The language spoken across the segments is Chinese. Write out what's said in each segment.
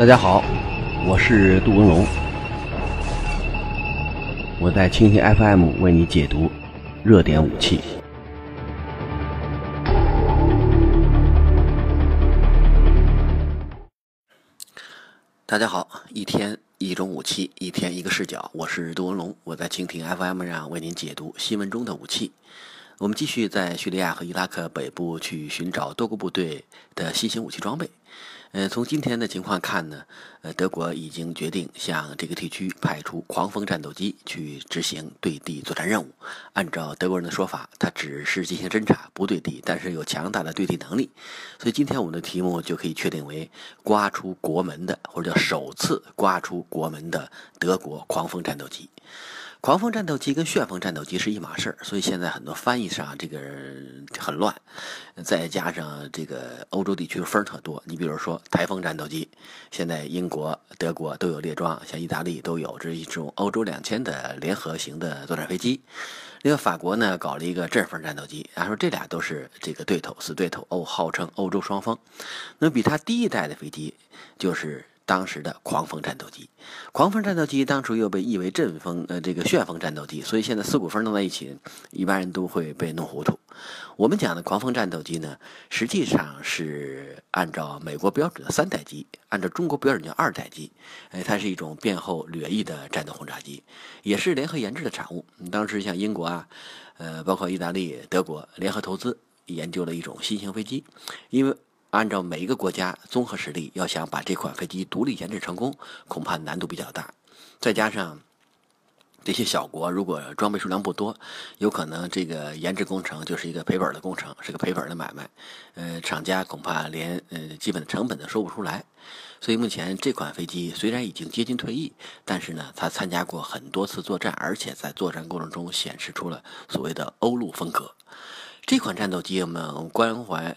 大家好，我是杜文龙，我在蜻蜓 FM 为你解读热点武器。大家好，一天一种武器，一天一个视角，我是杜文龙，我在蜻蜓 FM 上为您解读新闻中的武器。我们继续在叙利亚和伊拉克北部去寻找多个部队的新型武器装备。从今天的情况看呢，德国已经决定向这个地区派出狂风战斗机去执行对地作战任务。按照德国人的说法，它只是进行侦察，不对地，但是有强大的对地能力。所以今天我们的题目就可以确定为刮出国门的，或者叫首次刮出国门的德国狂风战斗机。狂风战斗机跟旋风战斗机是一码事儿，所以现在很多翻译上这个很乱，再加上这个欧洲地区风特多。你比如说台风战斗机，现在英国、德国都有列装，像意大利都有这一种欧洲2000的联合型的作战飞机。另外法国呢搞了一个阵风战斗机，说这俩都是这个对头，死对头，号称欧洲双峰。那么比它第一代的飞机就是当时的狂风战斗机。狂风战斗机当初又被译为阵风这个旋风战斗机，所以现在四股风弄在一起，一般人都会被弄糊涂。我们讲的狂风战斗机呢，实际上是按照美国标准的3代机，按照中国标准叫2代机。它是一种变后掠翼的战斗轰炸机，也是联合研制的产物。当时像英国啊，包括意大利、德国联合投资研究了一种新型飞机，因为按照每一个国家综合实力，要想把这款飞机独立研制成功，恐怕难度比较大。再加上这些小国如果装备数量不多，有可能这个研制工程就是一个赔本的工程，是个赔本的买卖。厂家恐怕连基本的成本都收不出来。所以目前这款飞机虽然已经接近退役，但是呢，它参加过很多次作战，而且在作战过程中显示出了所谓的欧陆风格。这款战斗机我们关怀。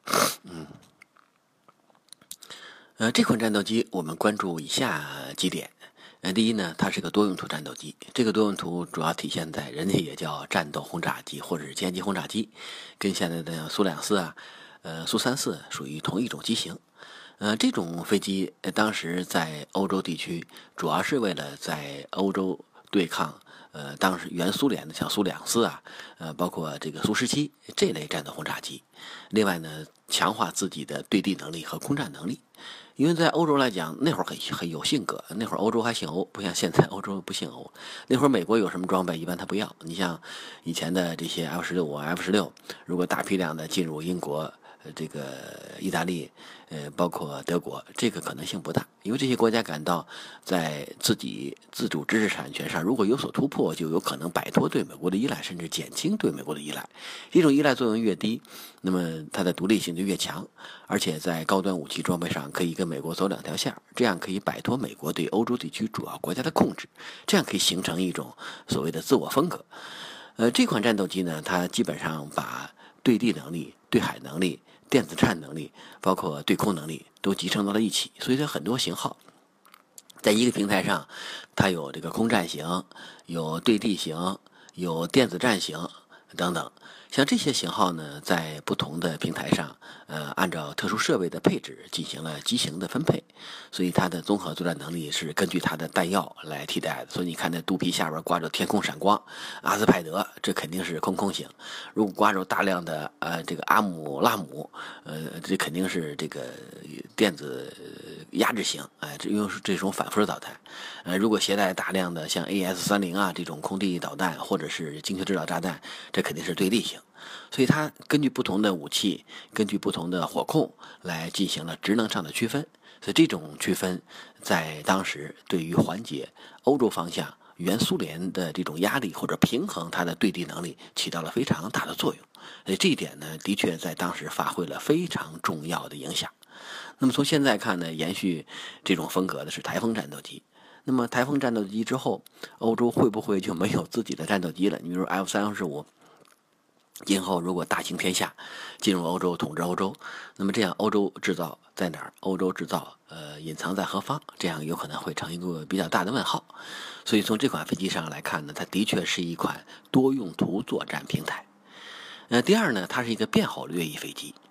这款战斗机我们关注以下几点。第一呢，它是个多用途战斗机，这个多用途主要体现在人家也叫战斗轰炸机或者是歼击轰炸机，跟现在的苏24啊、苏34属于同一种机型。这种飞机当时在欧洲地区主要是为了在欧洲对抗当时原苏联的像苏24啊，包括这个苏17这类战斗轰炸机。另外呢，强化自己的对地能力和空战能力。因为在欧洲来讲，那会儿很有性格，那会儿欧洲还姓欧，不像现在欧洲不姓欧。那会儿美国有什么装备，一般他不要。你像以前的这些 F-16，如果大批量的进入英国、这个意大利，包括德国，这个可能性不大，因为这些国家感到在自己自主知识产权上如果有所突破，就有可能摆脱对美国的依赖，甚至减轻对美国的依赖。这种依赖作用越低，那么它的独立性就越强，而且在高端武器装备上可以跟美国走2条线，这样可以摆脱美国对欧洲地区主要国家的控制，这样可以形成一种所谓的自我风格。这款战斗机呢，它基本上把对地能力、对海能力、电子战能力，包括对空能力都集成到了一起，所以它很多型号在一个平台上，它有这个空战型，有对地型，有电子战型等等。像这些型号呢，在不同的平台上，按照特殊设备的配置进行了机型的分配，所以它的综合作战能力是根据它的弹药来替代的。所以你看那肚皮下边挂着天空闪光，阿斯派德，这肯定是空型；如果挂着大量的这个阿姆拉姆，这肯定是这个电子压制型，因为是这种反辐射导弹。如果携带大量的像 AS-30啊这种空地导弹，或者是精确制导炸弹，这肯定是对地型。所以它根据不同的武器，根据不同的火控来进行了职能上的区分。所以这种区分在当时对于缓解欧洲方向原苏联的这种压力，或者平衡它的对地能力，起到了非常大的作用。所以这一点呢，的确在当时发挥了非常重要的影响。那么从现在看呢，延续这种风格的是台风战斗机。那么台风战斗机之后，欧洲会不会就没有自己的战斗机了？你比如 F-35，今后如果大行天下，进入欧洲统治欧洲，那么这样欧洲制造在哪儿？欧洲制造隐藏在何方？这样有可能会成一个比较大的问号。所以从这款飞机上来看呢，它的确是一款多用途作战平台。第二呢，它是一个变后掠翼飞机。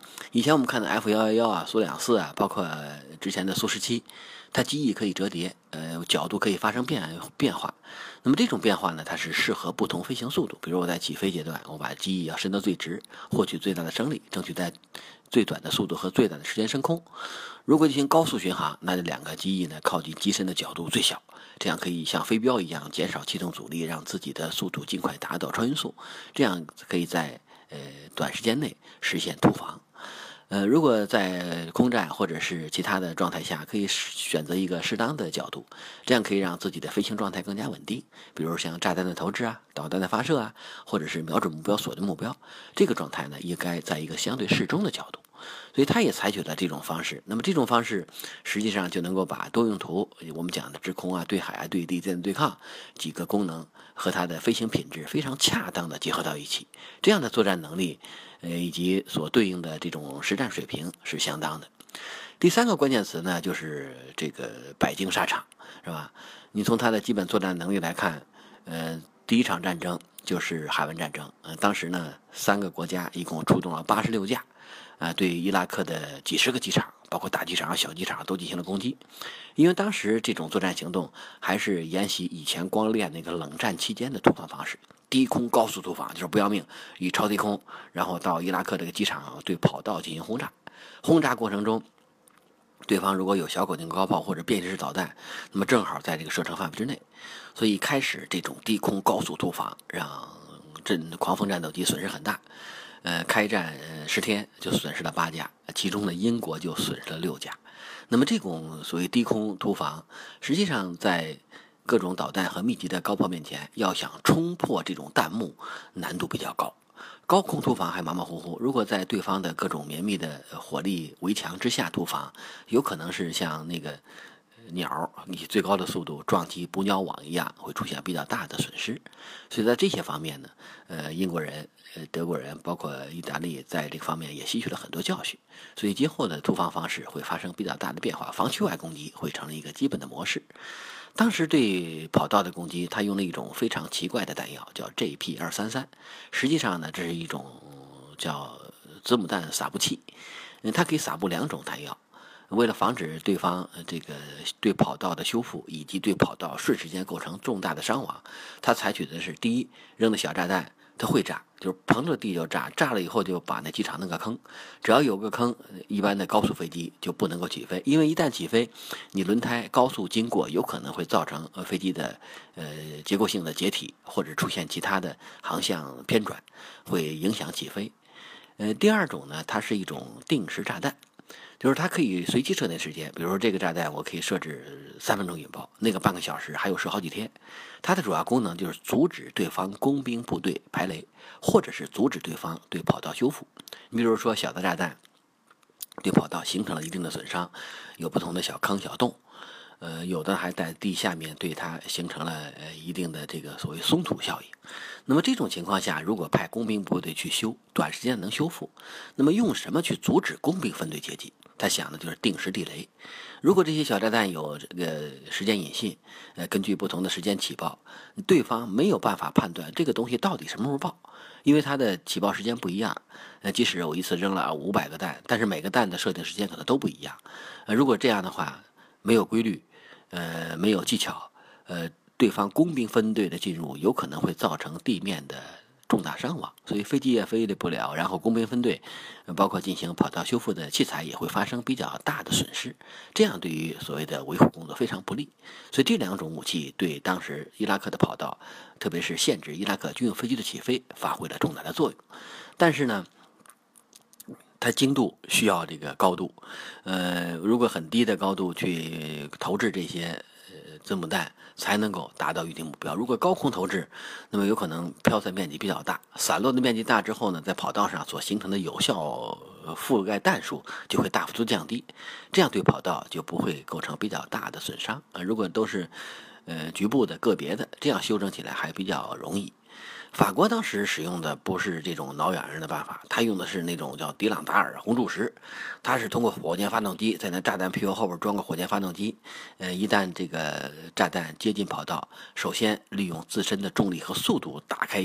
以前我们看的 F111啊、苏24啊，包括之前的苏17，它机翼可以折叠，角度可以发生变化。那么这种变化呢，它是适合不同飞行速度。比如我在起飞阶段，我把机翼要伸到最直，获取最大的升力，争取在最短的速度和最短的时间升空。如果进行高速巡航，那这两个机翼呢靠近机身的角度最小，这样可以像飞镖一样减少气动阻力，让自己的速度尽快达到超音速，这样可以在短时间内实现突防。如果在空战或者是其他的状态下，可以选择一个适当的角度，这样可以让自己的飞行状态更加稳定。比如像炸弹的投掷啊、导弹的发射啊，或者是瞄准目标、锁定目标，这个状态呢，应该在一个相对适中的角度。所以他也采取了这种方式。那么这种方式实际上就能够把多用途，我们讲的制空啊、对海啊、对地之间的对抗几个功能和它的飞行品质非常恰当的结合到一起，这样的作战能力，以及所对应的这种实战水平是相当的。第三个关键词呢，就是这个百经沙场，是吧？你从它的基本作战能力来看，第一场战争就是海湾战争，当时呢3个国家一共出动了86架。对伊拉克的几十个机场，包括大机场、小机场都进行了攻击。因为当时这种作战行动还是沿袭以前光练那个冷战期间的突防方式，低空高速突防，就是不要命，以超低空，然后到伊拉克这个机场对跑道进行轰炸。轰炸过程中，对方如果有小口径高炮或者便携式导弹，那么正好在这个射程范围之内，所以开始这种低空高速突防，让狂风战斗机损失很大。开战10天就损失了8架，其中呢英国就损失了6架。那么这种所谓低空突防，实际上在各种导弹和密集的高炮面前，要想冲破这种弹幕，难度比较高。高空突防还马马虎虎，如果在对方的各种绵密的火力围墙之下突防，有可能是像那个鸟以最高的速度撞击捕鸟网一样，会出现比较大的损失。所以在这些方面呢，英国人、德国人，包括意大利，在这个方面也吸取了很多教训。所以今后的突防方式会发生比较大的变化，防区外攻击会成了一个基本的模式。当时对跑道的攻击，他用了一种非常奇怪的弹药，叫 JP233。实际上呢，这是一种叫子母弹撒布器，它可以撒布2种弹药。为了防止对方这个对跑道的修复以及对跑道瞬时间构成重大的伤亡，他采取的是第一，扔的小炸弹它会炸，就是碰着地就炸，炸了以后就把那机场弄个坑，只要有个坑，一般的高速飞机就不能够起飞，因为一旦起飞，你轮胎高速经过，有可能会造成飞机的结构性的解体，或者出现其他的航向偏转，会影响起飞。第二种呢，它是一种定时炸弹。就是它可以随机设定时间，比如说这个炸弹我可以设置3分钟引爆，那个半个小时，还有是好几天。它的主要功能就是阻止对方工兵部队排雷，或者是阻止对方对跑道修复。你比如说小的炸弹对跑道形成了一定的损伤，有不同的小坑小洞，有的还在地下面对它形成了一定的这个所谓松土效应。那么这种情况下，如果派工兵部队去修，短时间能修复，那么用什么去阻止工兵分队接近？他想的就是定时地雷。如果这些小炸弹有这个时间引信，根据不同的时间起爆，对方没有办法判断这个东西到底什么时候爆，因为它的起爆时间不一样。即使我一次扔了500个弹，但是每个弹的设定时间可能都不一样。如果这样的话，没有规律，没有技巧，对方工兵分队的进入有可能会造成地面的重大伤亡，所以飞机也飞不了，然后工兵分队包括进行跑道修复的器材也会发生比较大的损失，这样对于所谓的维护工作非常不利。所以这2种武器对当时伊拉克的跑道，特别是限制伊拉克军用飞机的起飞发挥了重大的作用。但是呢，它精度需要这个高度，如果很低的高度去投掷这些子母弹，才能够达到预定目标。如果高空投掷，那么有可能飘散面积比较大，散落的面积大之后呢，在跑道上所形成的有效覆盖弹数就会大幅度降低，这样对跑道就不会构成比较大的损伤。如果都是局部的个别的，这样修正起来还比较容易。法国当时使用的不是这种挠痒痒的办法，他用的是那种叫迪朗达尔红柱石，它是通过火箭发动机在那炸弹屁股后边装个火箭发动机，一旦这个炸弹接近跑道，首先利用自身的重力和速度打开一个洞，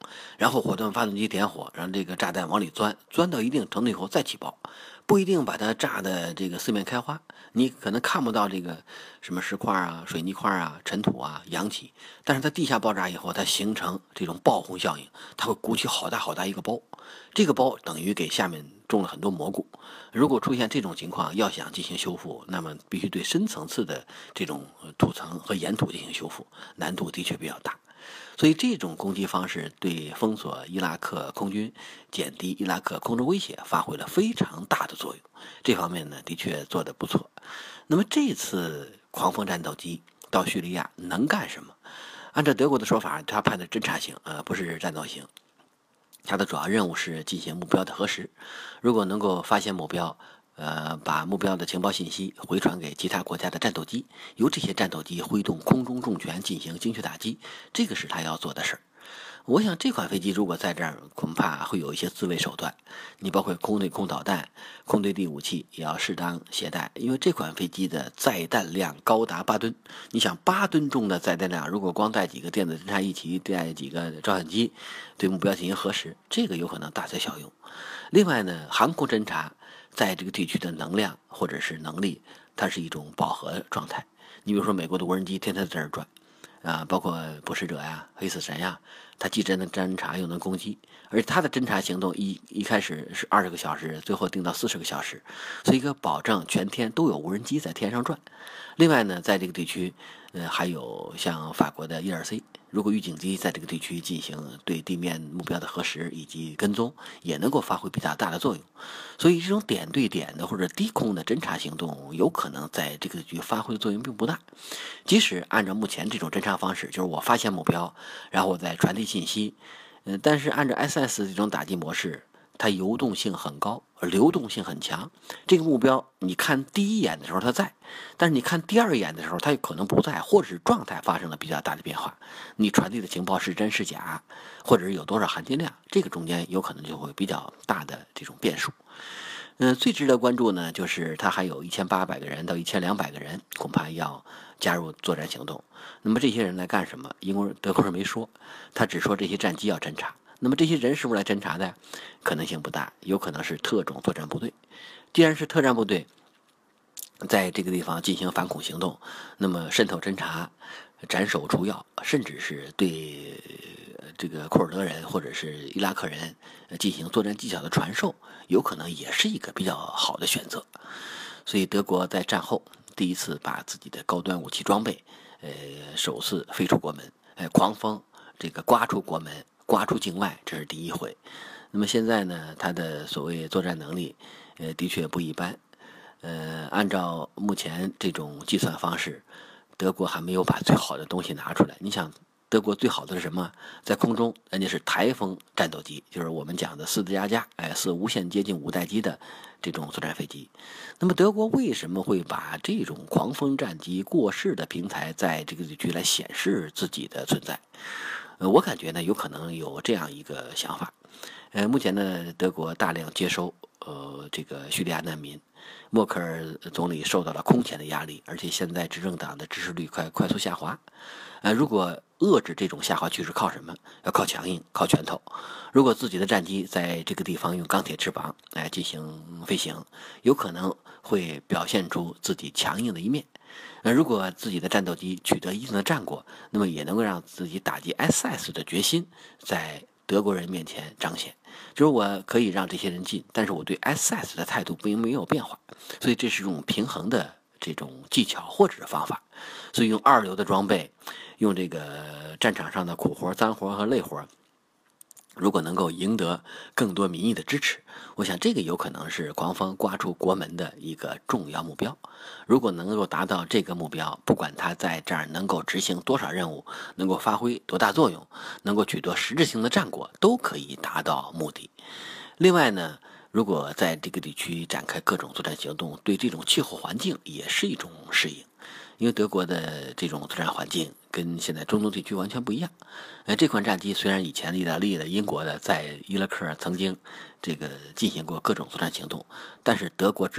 然后火箭发动机点火，让这个炸弹往里钻，钻到一定程度以后再起爆，不一定把它炸的这个四面开花，你可能看不到这个什么石块啊、水泥块啊、尘土啊扬起，但是它地下爆炸以后，它形成这种爆红效应，它会鼓起好大好大一个包，这个包等于给下面种了很多蘑菇。如果出现这种情况，要想进行修复，那么必须对深层次的这种土层和岩土进行修复，难度的确比较大。所以这种攻击方式对封锁伊拉克空军、减低伊拉克空中威胁发挥了非常大的作用。这方面呢，的确做得不错。那么这次狂风战斗机到叙利亚能干什么？按照德国的说法，它派的侦察型，不是战斗型。它的主要任务是进行目标的核实，如果能够发现目标，把目标的情报信息回传给其他国家的战斗机，由这些战斗机挥动空中重拳进行精确打击，这个是他要做的事儿。我想这款飞机如果在这儿，恐怕会有一些自卫手段，你包括空对空导弹、空对地武器也要适当携带，因为这款飞机的载弹量高达8吨。你想8吨重的载弹量，如果光带几个电子侦察仪器、带几个照相机对目标进行核实，这个有可能大材小用。另外呢，航空侦察在这个地区的能量或者是能力，它是一种饱和状态。你比如说美国的无人机天天在这儿转，包括捕食者呀、黑死神呀，它既能侦察又能攻击，而且它的侦察行动一开始是20个小时，最后定到40个小时，所以可保证全天都有无人机在天上转。另外呢，在这个地区，还有像法国的ERC，如果预警机在这个地区进行对地面目标的核实以及跟踪，也能够发挥比较大的作用。所以这种点对点的或者低空的侦察行动，有可能在这个地区发挥的作用并不大。即使按照目前这种侦察方式，就是我发现目标，然后我再传递信息，但是按照 SS 这种打击模式，它游动性很高，流动性很强。这个目标你看第一眼的时候它在，但是你看第二眼的时候它有可能不在，或者是状态发生了比较大的变化。你传递的情报是真是假，或者是有多少含金量，这个中间有可能就会比较大的这种变数。最值得关注呢，就是它还有1800个人到1200个人，恐怕要加入作战行动。那么这些人来干什么？德国人没说，他只说这些战机要侦察。那么这些人是不是来侦察的？可能性不大，有可能是特种作战部队。既然是特战部队，在这个地方进行反恐行动，那么渗透侦察、斩首除药，甚至是对这个库尔德人或者是伊拉克人进行作战技巧的传授，有可能也是一个比较好的选择。所以德国在战后第一次把自己的高端武器装备，首次飞出国门，狂风这个刮出国门，刮出境外，这是第一回。那么现在呢，它的所谓作战能力，的确不一般。按照目前这种计算方式，德国还没有把最好的东西拿出来。你想，德国最好的是什么？在空中，人家是台风战斗机，就是我们讲的4++，是无限接近5代机的这种作战飞机。那么德国为什么会把这种狂风战机过世的平台在这个地区来显示自己的存在？我感觉呢，有可能有这样一个想法。目前呢，德国大量接收这个叙利亚难民，默克尔总理受到了空前的压力，而且现在执政党的支持率快速下滑。如果遏制这种下滑趋势，靠什么？要靠强硬，靠拳头。如果自己的战机在这个地方用钢铁翅膀来进行飞行，有可能会表现出自己强硬的一面。如果自己的战斗机取得一定的战果，那么也能够让自己打击 SS 的决心在德国人面前彰显。就是我可以让这些人进，但是我对 SS 的态度并没有变化。所以这是一种平衡的这种技巧或者是方法。所以用二流的装备，用这个战场上的苦活、脏活和累活，如果能够赢得更多民意的支持，我想这个有可能是狂风刮出国门的一个重要目标。如果能够达到这个目标，不管他在这儿能够执行多少任务，能够发挥多大作用，能够取得实质性的战果，都可以达到目的。另外呢，如果在这个地区展开各种作战行动，对这种气候环境也是一种适应。因为德国的这种作战环境跟现在中东地区完全不一样。这款战机虽然以前意大利的、英国的在伊拉克曾经这个进行过各种作战行动，但是德国制造，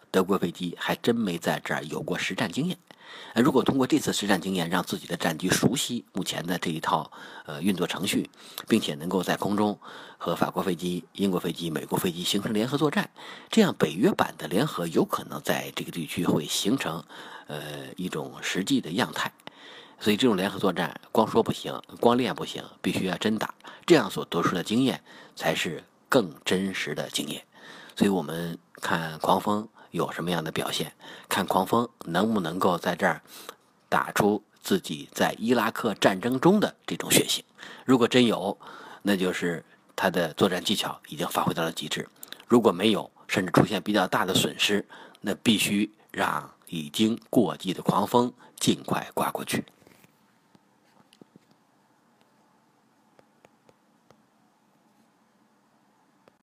德国飞机还真没在这儿有过实战经验。如果通过这次实战经验，让自己的战机熟悉目前的这一套运作程序，并且能够在空中和法国飞机、英国飞机、美国飞机形成联合作战，这样北约版的联合有可能在这个地区会形成一种实际的样态。所以这种联合作战光说不行，光练不行，必须要真打，这样所得出的经验才是更真实的经验。所以我们看狂风有什么样的表现，看狂风能不能够在这儿打出自己在伊拉克战争中的这种血性。如果真有，那就是他的作战技巧已经发挥到了极致；如果没有，甚至出现比较大的损失，那必须让已经过季的狂风尽快刮过去。